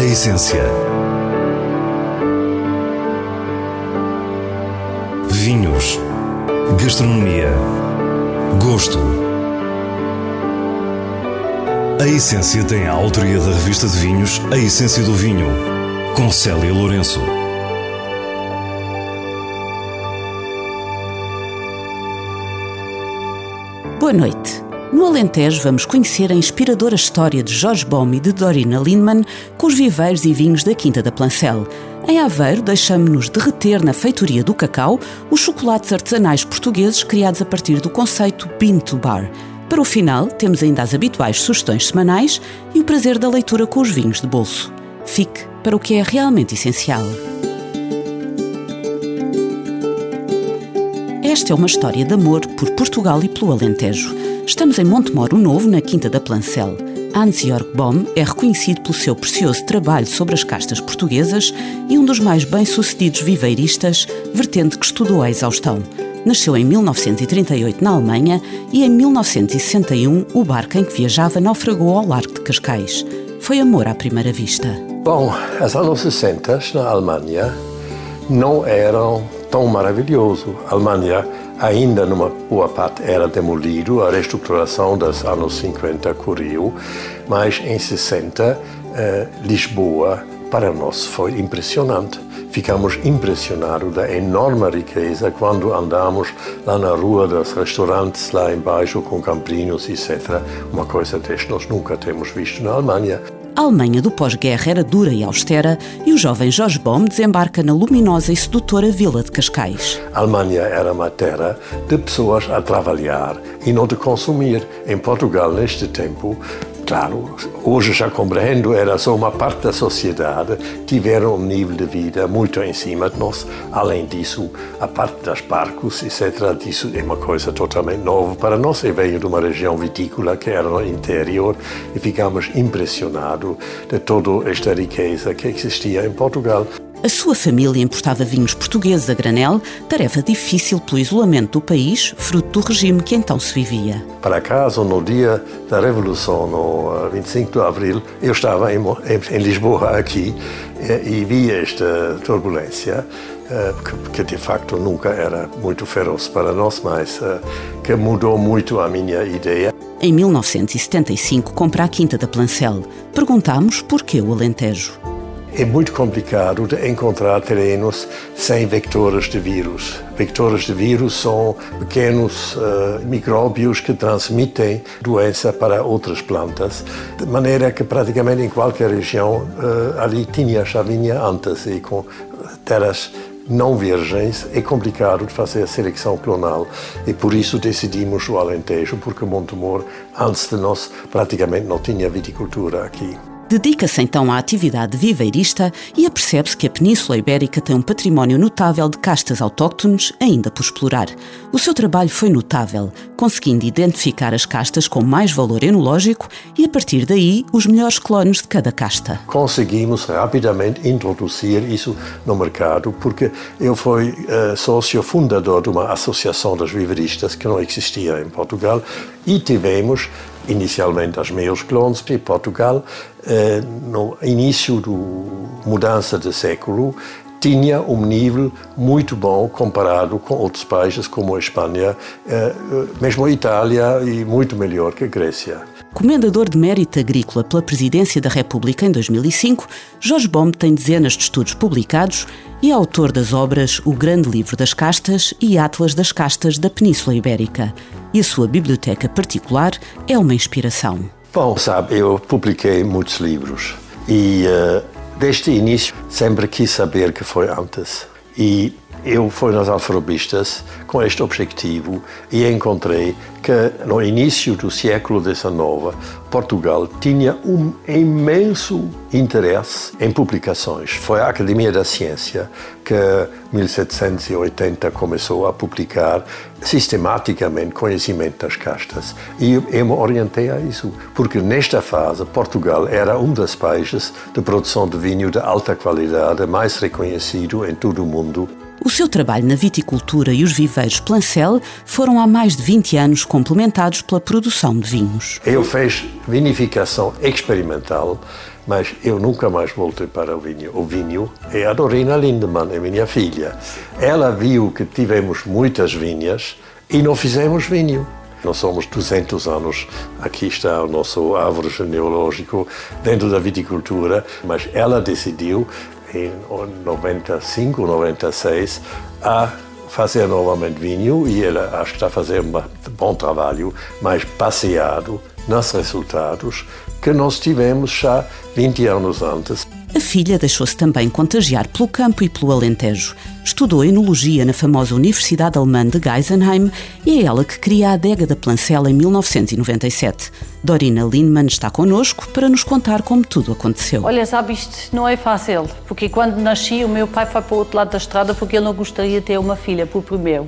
essência. Vinhos. Gastronomia. Gosto. A Essência tem a autoria da revista de vinhos A Essência do Vinho, com Célia Lourenço. Boa noite. No Alentejo vamos conhecer a inspiradora história de Jorge Bohm e de Dorina Lindemann com os viveiros e vinhos da Quinta da Plancel. Em Aveiro, deixamo-nos derreter na feitoria do cacau os chocolates artesanais portugueses criados a partir do conceito Bean to Bar. Para o final, temos ainda as habituais sugestões semanais e o prazer da leitura com os vinhos de bolso. Fique para o que é realmente essencial. Esta é uma história de amor por Portugal e pelo Alentejo. Estamos em Montemor o Novo, na Quinta da Plancel. Hans-Georg Bohm é reconhecido pelo seu precioso trabalho sobre as castas portuguesas e um dos mais bem-sucedidos viveiristas, vertente que estudou à exaustão. Nasceu em 1938 na Alemanha e em 1961 o barco em que viajava naufragou ao largo de Cascais. Foi amor à primeira vista. Bom, os anos 60 na Alemanha não eram tão maravilhosos. A Alemanha ainda numa boa parte era demolido, a reestruturação dos anos 50 correu, mas em 60 Lisboa para nós foi impressionante. Ficamos impressionados da enorme riqueza quando andamos lá na rua dos restaurantes, lá embaixo com campinhos, etc. Uma coisa desta nós nunca temos visto na Alemanha. A Alemanha do pós-guerra era dura e austera e o jovem Jorge Bohm desembarca na luminosa e sedutora vila de Cascais. A Alemanha era uma terra de pessoas a trabalhar e não de consumir. Em Portugal, neste tempo, claro, hoje já compreendo, era só uma parte da sociedade, tiveram um nível de vida muito em cima de nós. Além disso, a parte dos barcos, etc., disso é uma coisa totalmente nova para nós. Eu venho de uma região vitícola que era no interior e ficamos impressionados de toda esta riqueza que existia em Portugal. A sua família importava vinhos portugueses a granel, tarefa difícil pelo isolamento do país, fruto do regime que então se vivia. Por acaso, no dia da Revolução, no 25 de abril, eu estava em Lisboa, aqui, e vi esta turbulência, que de facto nunca era muito feroz para nós, mas que mudou muito a minha ideia. Em 1975, compra a Quinta da Plancel. Perguntámos porquê o Alentejo. É muito complicado de encontrar terrenos sem vectores de vírus. Vectores de vírus são pequenos micróbios que transmitem doença para outras plantas, de maneira que praticamente em qualquer região ali já vinha antes, e com terras não virgens é complicado de fazer a seleção clonal e por isso decidimos o Alentejo, porque Montemor, antes de nós, praticamente não tinha viticultura aqui. Dedica-se então à atividade viveirista e apercebe-se que a Península Ibérica tem um património notável de castas autóctones ainda por explorar. O seu trabalho foi notável, conseguindo identificar as castas com mais valor enológico e, a partir daí, os melhores clones de cada casta. Conseguimos rapidamente introduzir isso no mercado, porque eu fui sócio fundador de uma associação dos viveiristas que não existia em Portugal e tivemos inicialmente as meus clones de Portugal. No início da mudança de século, tinha um nível muito bom comparado com outros países como a Espanha, mesmo a Itália, e muito melhor que a Grécia. Comendador de Mérito Agrícola pela Presidência da República em 2005, Jorge Bohm tem dezenas de estudos publicados e é autor das obras O Grande Livro das Castas e Atlas das Castas da Península Ibérica. E a sua biblioteca particular é uma inspiração. Bom, sabe, eu publiquei muitos livros e desde o início sempre quis saber o que foi antes. E eu fui nas alfarrobistas com este objetivo e encontrei que no início do século XIX Portugal tinha um imenso interesse em publicações. Foi a Academia da Ciência que em 1780 começou a publicar sistematicamente conhecimento das castas. E eu me orientei a isso, porque nesta fase Portugal era um dos países de produção de vinho de alta qualidade, mais reconhecido em todo o mundo. O seu trabalho na viticultura e os viveiros Plancel foram há mais de 20 anos complementados pela produção de vinhos. Eu fiz vinificação experimental mas eu nunca mais voltei para o vinho. O vinho é a Dorina Lindemann, é minha filha. Ela viu que tivemos muitas vinhas e não fizemos vinho. Nós somos 200 anos, aqui está o nosso árvore genealógico dentro da viticultura, mas ela decidiu em 95, 96 a fazer novamente vinho e ela acho que está a fazer um bom trabalho, mas baseado nos resultados que nós tivemos já 20 anos antes. A filha deixou-se também contagiar pelo campo e pelo Alentejo. Estudou enologia na famosa Universidade Alemã de Geisenheim e é ela que cria a adega da Plancel em 1997. Dorina Lindemann está connosco para nos contar como tudo aconteceu. Olha, sabe, isto não é fácil, porque quando nasci o meu pai foi para o outro lado da estrada porque ele não gostaria de ter uma filha, por primeiro.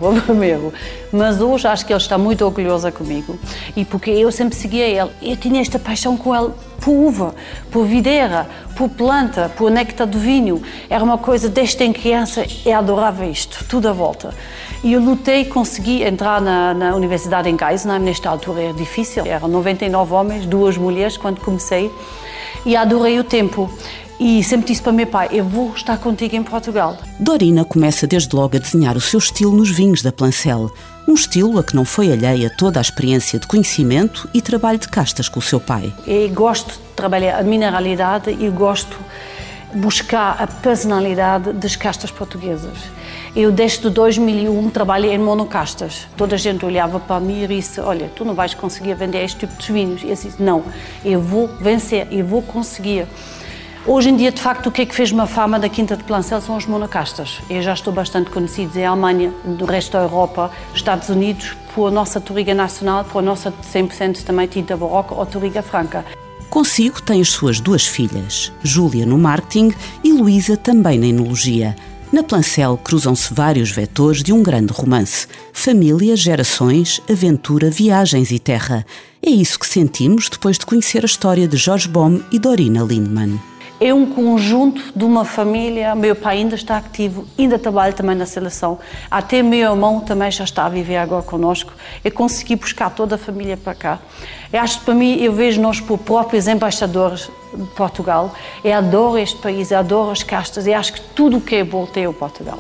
Mas hoje acho que ele está muito orgulhoso comigo e porque eu sempre seguia ele. Eu tinha esta paixão com ele por uva, por videira, por planta, por néctar do vinho. Era uma coisa, desde em criança, eu adorava isto, tudo à volta. E eu lutei, consegui entrar na Universidade em Geisenheim, nesta altura era difícil. Eram 99 homens, 2 mulheres, quando comecei, e adorei o tempo. E sempre disse para meu pai, eu vou estar contigo em Portugal. Dorina começa desde logo a desenhar o seu estilo nos vinhos da Plancel. Um estilo a que não foi alheia toda a experiência de conhecimento e trabalho de castas com o seu pai. Eu gosto de trabalhar a mineralidade e gosto de buscar a personalidade das castas portuguesas. Eu, desde 2001, trabalho em monocastas. Toda a gente olhava para mim e disse, olha, tu não vais conseguir vender este tipo de vinhos. E eu disse, não, eu vou vencer, eu vou conseguir. Hoje em dia, de facto, o que é que fez uma fama da Quinta de Plancel são os monocastas. Eu já estou bastante conhecido em Alemanha, no resto da Europa, Estados Unidos, por a nossa Touriga Nacional, por a nossa 100% também tinta barroca ou Touriga Franca. Consigo tem as suas 2 filhas, Júlia no marketing e Luísa também na enologia. Na Plancel cruzam-se vários vetores de um grande romance. Família, gerações, aventura, viagens e terra. É isso que sentimos depois de conhecer a história de Jorge Baum e Dorina Lindemann. É um conjunto de uma família. Meu pai ainda está ativo, ainda trabalha também na seleção. Até meu irmão também já está a viver agora connosco. Eu consegui buscar toda a família para cá. Eu acho que para mim, eu vejo nós por próprios embaixadores de Portugal. Eu adoro este país, eu adoro as castas e acho que tudo o que é bom tem o Portugal.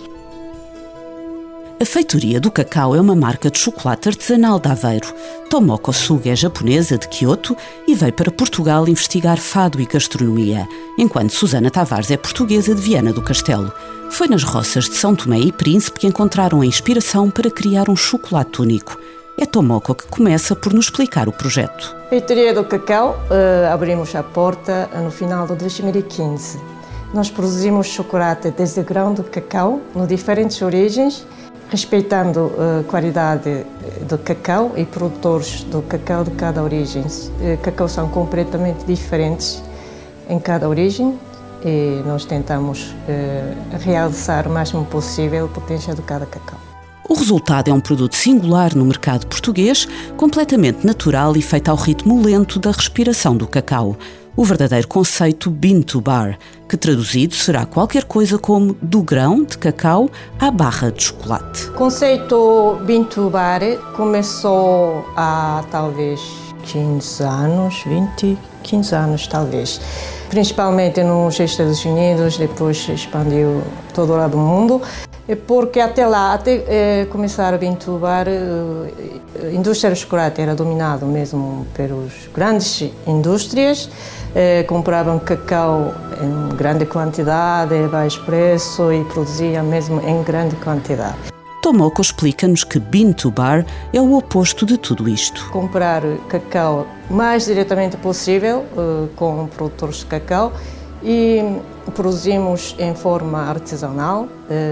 A feitoria do cacau é uma marca de chocolate artesanal de Aveiro. Tomoko Suga é japonesa de Kyoto e veio para Portugal investigar fado e gastronomia, enquanto Susana Tavares é portuguesa de Viana do Castelo. Foi nas roças de São Tomé e Príncipe que encontraram a inspiração para criar um chocolate único. É Tomoko que começa por nos explicar o projeto. A feitoria do cacau, abrimos a porta no final de 2015. Nós produzimos chocolate desde grão de cacau, de diferentes origens, respeitando a qualidade do cacau e produtores do cacau de cada origem. Cacau são completamente diferentes em cada origem e nós tentamos realçar o máximo possível a potência de cada cacau. O resultado é um produto singular no mercado português, completamente natural e feito ao ritmo lento da respiração do cacau. O verdadeiro conceito Bean to Bar, que traduzido será qualquer coisa como do grão de cacau à barra de chocolate. O conceito Bean to Bar começou há talvez 15 anos, 15 anos talvez. Principalmente nos Estados Unidos, depois expandiu todo o lado do mundo. Porque até lá, até começar a Bean to Bar, a indústria do chocolate era dominada mesmo pelas grandes indústrias, compravam cacau em grande quantidade, a baixo preço e produziam mesmo em grande quantidade. Tomoko explica-nos que Bean to Bar é o oposto de tudo isto. Comprar cacau mais diretamente possível com produtores de cacau e produzimos em forma artesanal,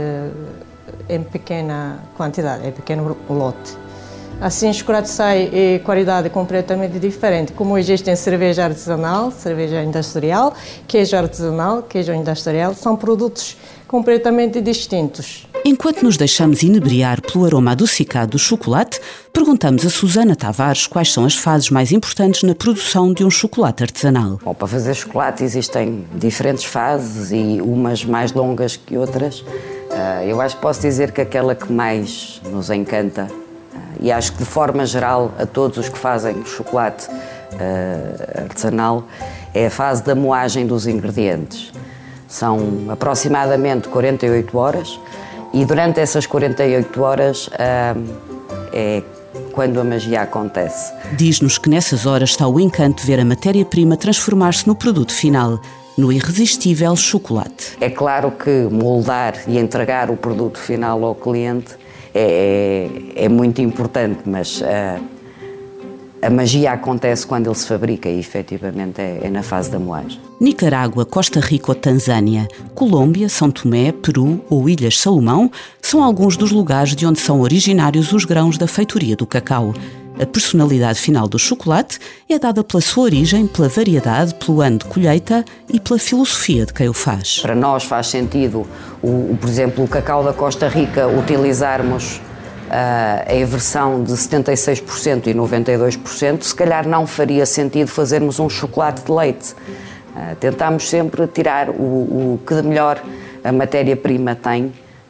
em pequena quantidade, em pequeno lote. Assim, o chocolate sai em qualidade completamente diferente. Como existe cerveja artesanal, cerveja industrial, queijo artesanal, queijo industrial, são produtos completamente distintos. Enquanto nos deixamos inebriar pelo aroma adocicado do chocolate, perguntamos a Susana Tavares quais são as fases mais importantes na produção de um chocolate artesanal. Bom, para fazer chocolate existem diferentes fases e umas mais longas que outras. Eu acho que posso dizer que aquela que mais nos encanta, e acho que de forma geral a todos os que fazem chocolate artesanal, é a fase da moagem dos ingredientes. São aproximadamente 48 horas e durante essas 48 horas é quando a magia acontece. Diz-nos que nessas horas está o encanto de ver a matéria-prima transformar-se no produto final, no irresistível chocolate. É claro que moldar e entregar o produto final ao cliente é muito importante, mas a magia acontece quando ele se fabrica e, efetivamente, é na fase da moagem. Nicarágua, Costa Rica ou Tanzânia, Colômbia, São Tomé, Peru ou Ilhas Salomão são alguns dos lugares de onde são originários os grãos da feitoria do cacau. A personalidade final do chocolate é dada pela sua origem, pela variedade, pelo ano de colheita e pela filosofia de quem o faz. Para nós faz sentido, por exemplo, o cacau da Costa Rica, utilizarmos a versão de 76% e 92%, se calhar não faria sentido fazermos um chocolate de leite. Tentamos sempre tirar o que de melhor a matéria-prima tem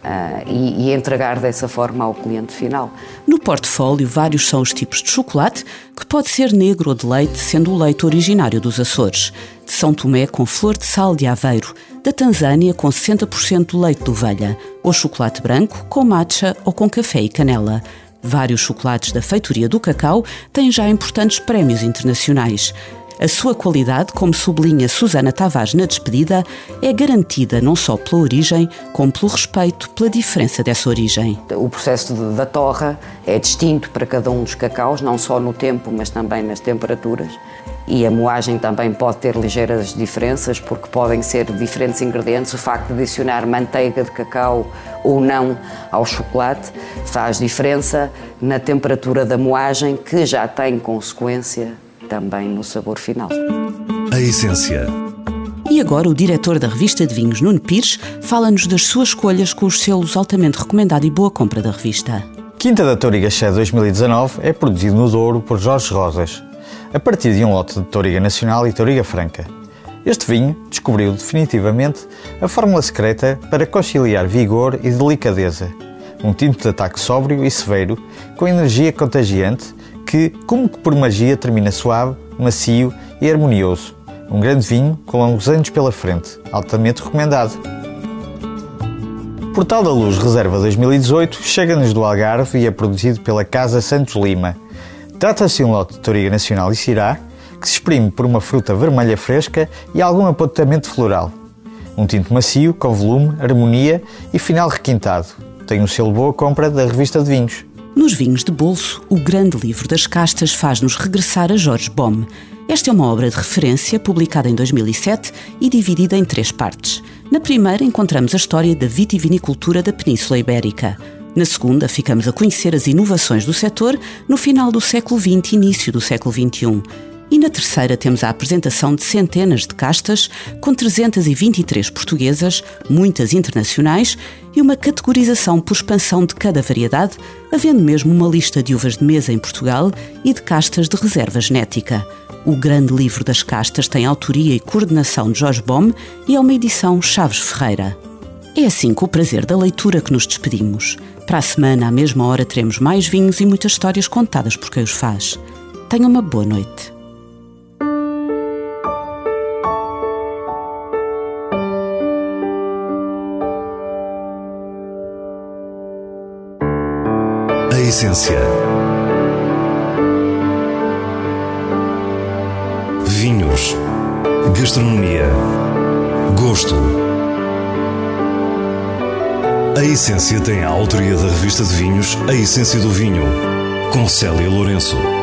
e entregar dessa forma ao cliente final. No portfólio, vários são os tipos de chocolate, que pode ser negro ou de leite, sendo o leite originário dos Açores, de São Tomé com flor de sal de Aveiro, da Tanzânia com 60% de leite de ovelha, ou chocolate branco com matcha ou com café e canela. Vários chocolates da feitoria do cacau têm já importantes prémios internacionais. A sua qualidade, como sublinha Susana Tavares na despedida, é garantida não só pela origem, como pelo respeito pela diferença dessa origem. O processo da torra é distinto para cada um dos cacaus, não só no tempo, mas também nas temperaturas. E a moagem também pode ter ligeiras diferenças, porque podem ser diferentes ingredientes. O facto de adicionar manteiga de cacau ou não ao chocolate faz diferença na temperatura da moagem, que já tem consequência também no sabor final. A essência. E agora o diretor da revista de vinhos, Nuno Pires, fala-nos das suas escolhas com os selos altamente recomendado e boa compra da revista. Quinta da Touriga Ché 2019 é produzido no Douro por Jorge Rosas, a partir de um lote de Touriga Nacional e Touriga Franca. Este vinho descobriu definitivamente a fórmula secreta para conciliar vigor e delicadeza. Um tinto de ataque sóbrio e severo, com energia contagiante, que, como que por magia, termina suave, macio e harmonioso. Um grande vinho com longos anos pela frente, altamente recomendado. Portal da Luz Reserva 2018 chega-nos do Algarve e é produzido pela Casa Santos Lima. Trata-se de um lote de Touriga Nacional e Syrah, que se exprime por uma fruta vermelha fresca e algum apontamento floral. Um tinto macio, com volume, harmonia e final requintado. Tem um selo boa compra da revista de vinhos. Nos vinhos de bolso, o grande livro das castas faz-nos regressar a Jorge Bomm. Esta é uma obra de referência publicada em 2007 e dividida em 3 partes. Na primeira encontramos a história da vitivinicultura da Península Ibérica. Na segunda ficamos a conhecer as inovações do setor no final do século XX e início do século XXI. E na terceira temos a apresentação de centenas de castas, com 323 portuguesas, muitas internacionais e uma categorização por expansão de cada variedade, havendo mesmo uma lista de uvas de mesa em Portugal e de castas de reserva genética. O grande livro das castas tem autoria e coordenação de Jorge Bomm e é uma edição Chaves Ferreira. É assim, com o prazer da leitura, que nos despedimos. Para a semana, à mesma hora, teremos mais vinhos e muitas histórias contadas por quem os faz. Tenham uma boa noite. A essência. Vinhos. Gastronomia. Gosto. A essência tem a autoria da revista de vinhos A Essência do Vinho, com Célia Lourenço.